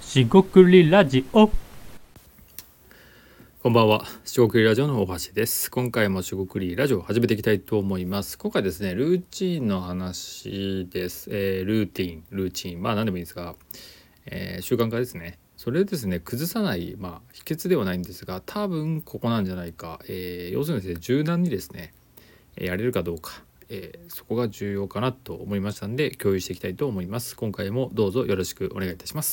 しごくりラジオ。 こんばんは。しごくりラジオの大橋です。今回もしごくりラジオを始めていきたいと思います。今回ですね、ルーチンの話です。ルーチン、まあ何でもいいんですが、習慣化ですね。それですね、崩さない、秘訣ではないんですが、多分ここなんじゃないか。要するにですね、柔軟にですね、やれるかどうか、そこが重要かなと思いましたので、共有していきたいと思います。今回もどうぞよろしくお願いいたします。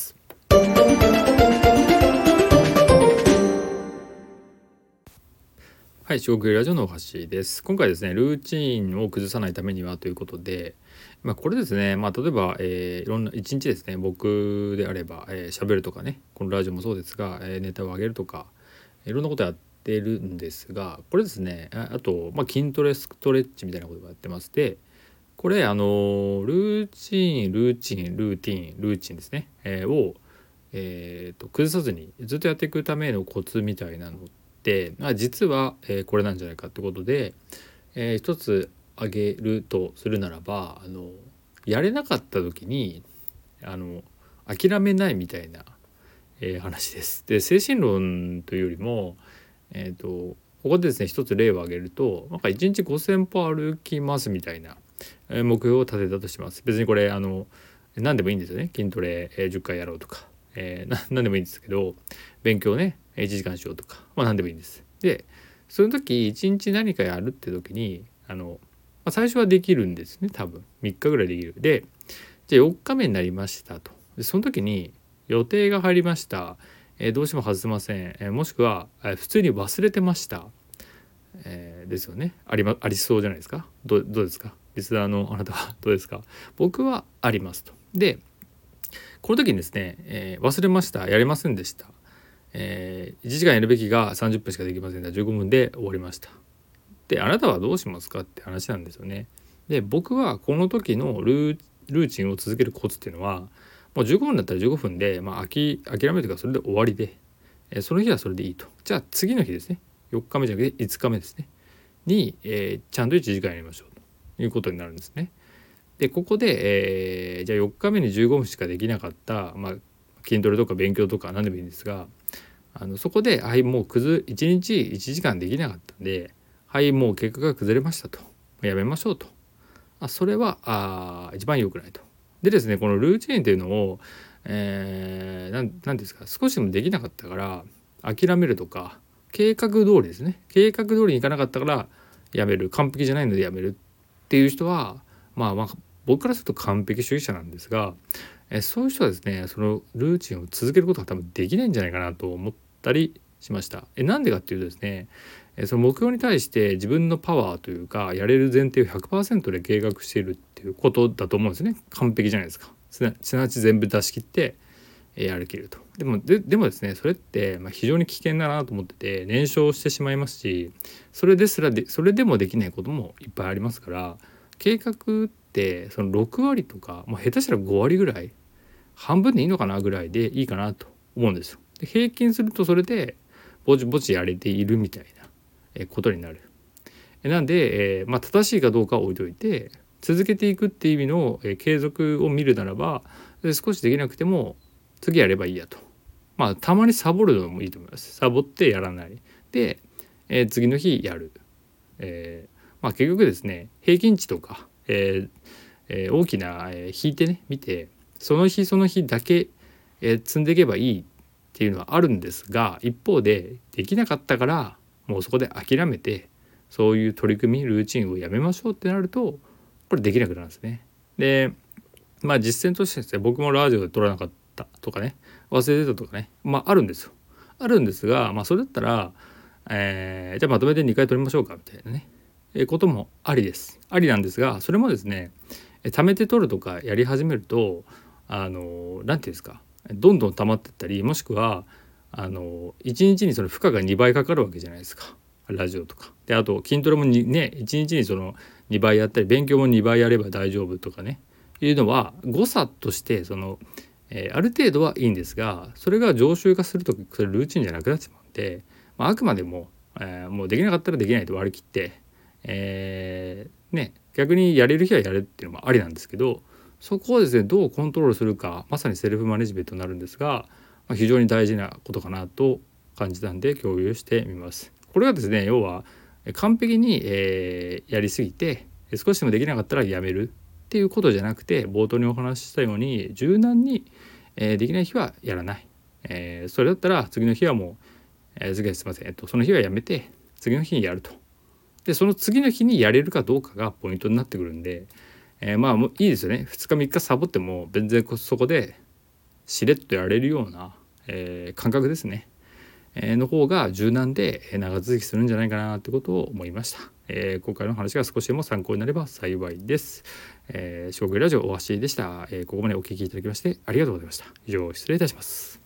はい、四国ラジオの大橋です。今回ですね、ルーチンを崩さないためにはということで、これですね、例えば、いろんな一日ですね、僕であれば喋るとかね、このラジオもそうですが、ネタを上げるとか、いろんなことやってるんですが、これですね、あと、筋トレストレッチみたいなことをやってまして、これルーチンですね、を崩さずにずっとやっていくためのコツみたいなのって実はこれなんじゃないかってことで、一つ挙げるとするならばやれなかった時に諦めないみたいな、話です。で、精神論というよりも、ここでですね一つ例を挙げると1日5,000歩歩きますみたいな目標を立てたとします。別にこれ何でもいいんですよね。筋トレ10回やろうとか、何でもいいんですけど、勉強ね1時間しようとか、何でもいいんです。でその時1日何かやるって時に最初はできるんですね。多分3日ぐらいできる。でじゃあ4日目になりましたと。でその時に予定が入りました、どうしても外せません、もしくは、普通に忘れてました、ですよね。ありそうじゃないですか。どうですか、リスナーのあなたはどうですか。僕はありますと。でこの時にですね、忘れました、やれませんでした、1時間やるべきが30分しかできませんで15分で終わりました。であなたはどうしますかって話なんですよね。で僕はこの時のルーチンを続けるコツっていうのは、もう15分だったら15分で、諦めるかそれで終わりで、その日はそれでいいと。じゃあ次の日ですね、4日目じゃなくて5日目ですねに、ちゃんと1時間やりましょうということになるんですね。でここで、じゃあ4日目に15分しかできなかった、筋トレとか勉強とか何でもいいんですが、そこでもう1日1時間できなかったんで、もう結果が崩れましたと、やめましょうと。それは一番良くないと。でですね、このルーチンっていうのを、なんですか、少しでもできなかったから諦めるとか、計画通りですね、計画通りにいかなかったからやめる、完璧じゃないのでやめるっていう人は僕からすると完璧主義者なんですが、そういう人はですね、そのルーチンを続けることが多分できないんじゃないかなと思ったりしました。なんでかっていうとですね、その目標に対して自分のパワーというかやれる前提を 100% で計画しているっていうことだと思うんですね。完璧じゃないですか。すなわち全部出し切ってやりきると。でもですね、それって非常に危険だなと思ってて、燃焼してしまいますし、それでもできないこともいっぱいありますから、計画ってその6割とか、下手したら5割ぐらい、半分でいいのかなぐらいでいいかなと思うんですよ。で平均するとそれでぼちぼちやれているみたいなことになる。なんで、正しいかどうかは置いといて、続けていくっていう意味の継続を見るならば、少しできなくても次やればいいやと。たまにサボるのもいいと思います。サボってやらないで、次の日やる。結局ですね、平均値とか、大きな、引いてね見て、その日その日だけ、積んでいけばいいっていうのはあるんですが、一方でできなかったからもうそこで諦めて、そういう取り組みルーチンをやめましょうってなると、これできなくなるんですね。で実践としてですね、僕もラジオで撮らなかったとかね、忘れてたとかね、あるんですよ。あるんですが、それだったら、じゃあまとめて2回撮りましょうかみたいなね、こともありです。ありなんですが、それもですね、貯めて撮るとかやり始めるとなんていうんですか、どんどん溜まってったり、もしくは1日にその負荷が2倍かかるわけじゃないですか、ラジオとかで。あと筋トレも1日にその2倍やったり、勉強も2倍やれば大丈夫とかね、いうのは誤差としてある程度はいいんですが、それが常習化するとそれルーチンじゃなくなってしまうんで、あくまでも、もうできなかったらできないと割り切って、逆にやれる日はやるっていうのもありなんですけど、そこをですねどうコントロールするか、まさにセルフマネジメントになるんですが、 非常に大事なことかなと感じたんで共有してみます。これがですね、要は完璧に、やりすぎて少しでもできなかったらやめるっていうことじゃなくて、冒頭にお話ししたように柔軟に、できない日はやらない、それだったら次の日はもう、次はすいません、その日はやめて次の日にやると。でその次の日にやれるかどうかがポイントになってくるんで、まあもういいですよね。2日3日サボっても全然そこでしれっとやれるような、感覚ですね、の方が柔軟で長続きするんじゃないかなってことを思いました。今回の話が少しでも参考になれば幸いです。四国ラジオ大橋でした。ここまでお聞きいただきましてありがとうございました。以上失礼いたします。